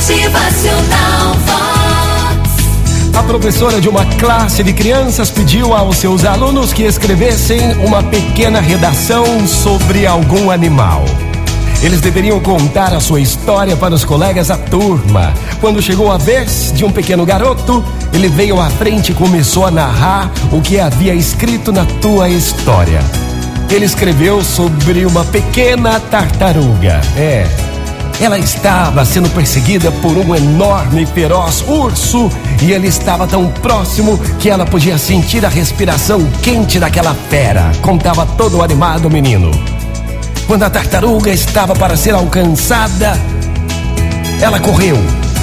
Motivacional Vox. A professora de uma classe de crianças pediu aos seus alunos que escrevessem uma pequena redação sobre algum animal. Eles deveriam contar a sua história para os colegas da turma. Quando chegou a vez de um pequeno garoto, ele veio à frente e começou a narrar o que havia escrito na tua história. Ele escreveu sobre uma pequena tartaruga. Ela estava sendo perseguida por um enorme e feroz urso e ele estava tão próximo que ela podia sentir a respiração quente daquela fera. Contava todo animado o menino. Quando a tartaruga estava para ser alcançada, ela correu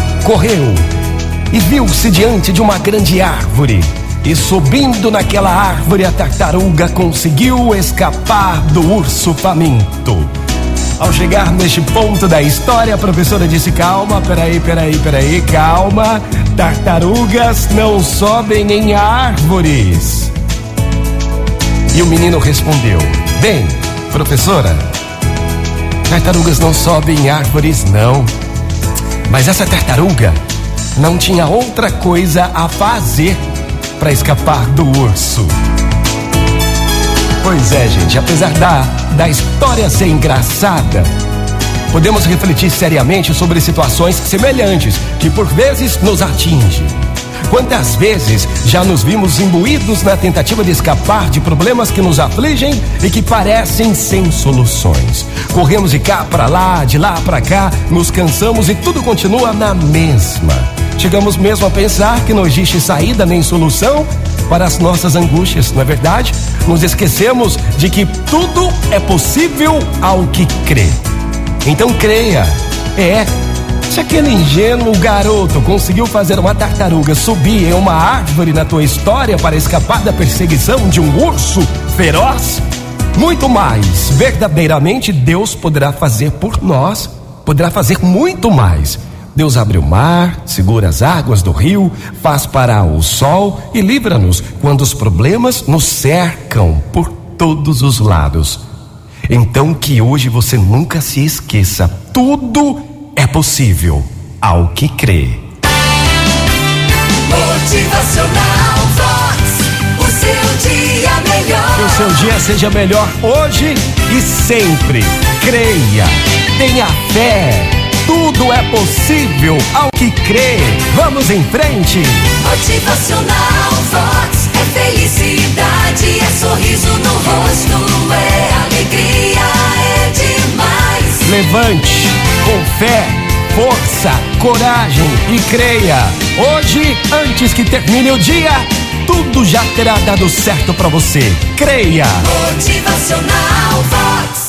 e viu-se diante de uma grande árvore. E subindo naquela árvore, a tartaruga conseguiu escapar do urso faminto. Ao chegar neste ponto da história, a professora disse: calma, peraí, calma. Tartarugas não sobem em árvores. E o menino respondeu: bem, professora, tartarugas não sobem em árvores, não. Mas essa tartaruga não tinha outra coisa a fazer para escapar do urso. Pois é, gente, apesar da história ser engraçada, podemos refletir seriamente sobre situações semelhantes que por vezes nos atingem. Quantas vezes já nos vimos imbuídos na tentativa de escapar de problemas que nos afligem e que parecem sem soluções. Corremos de cá para lá, de lá para cá, nos cansamos e tudo continua na mesma. Chegamos mesmo a pensar que não existe saída nem solução para as nossas angústias, não é verdade? Nos esquecemos de que tudo é possível ao que crê. Então creia. Se aquele ingênuo garoto conseguiu fazer uma tartaruga subir em uma árvore na tua história para escapar da perseguição de um urso feroz, muito mais, verdadeiramente, Deus poderá fazer por nós, poderá fazer muito mais. Deus abre o mar, segura as águas do rio, faz parar o sol e livra-nos quando os problemas nos cercam por todos os lados. Então que hoje você nunca se esqueça, tudo é possível ao que crê. Motivacional Vox, o seu dia melhor. Que o seu dia seja melhor hoje e sempre. Creia, tenha fé. Tudo é possível ao que crê. Vamos em frente. Motivacional Vox é felicidade, é sorriso no rosto, é alegria, é demais. Levante com fé, força, coragem e creia. Hoje, antes que termine o dia, tudo já terá dado certo para você. Creia. Motivacional Vox.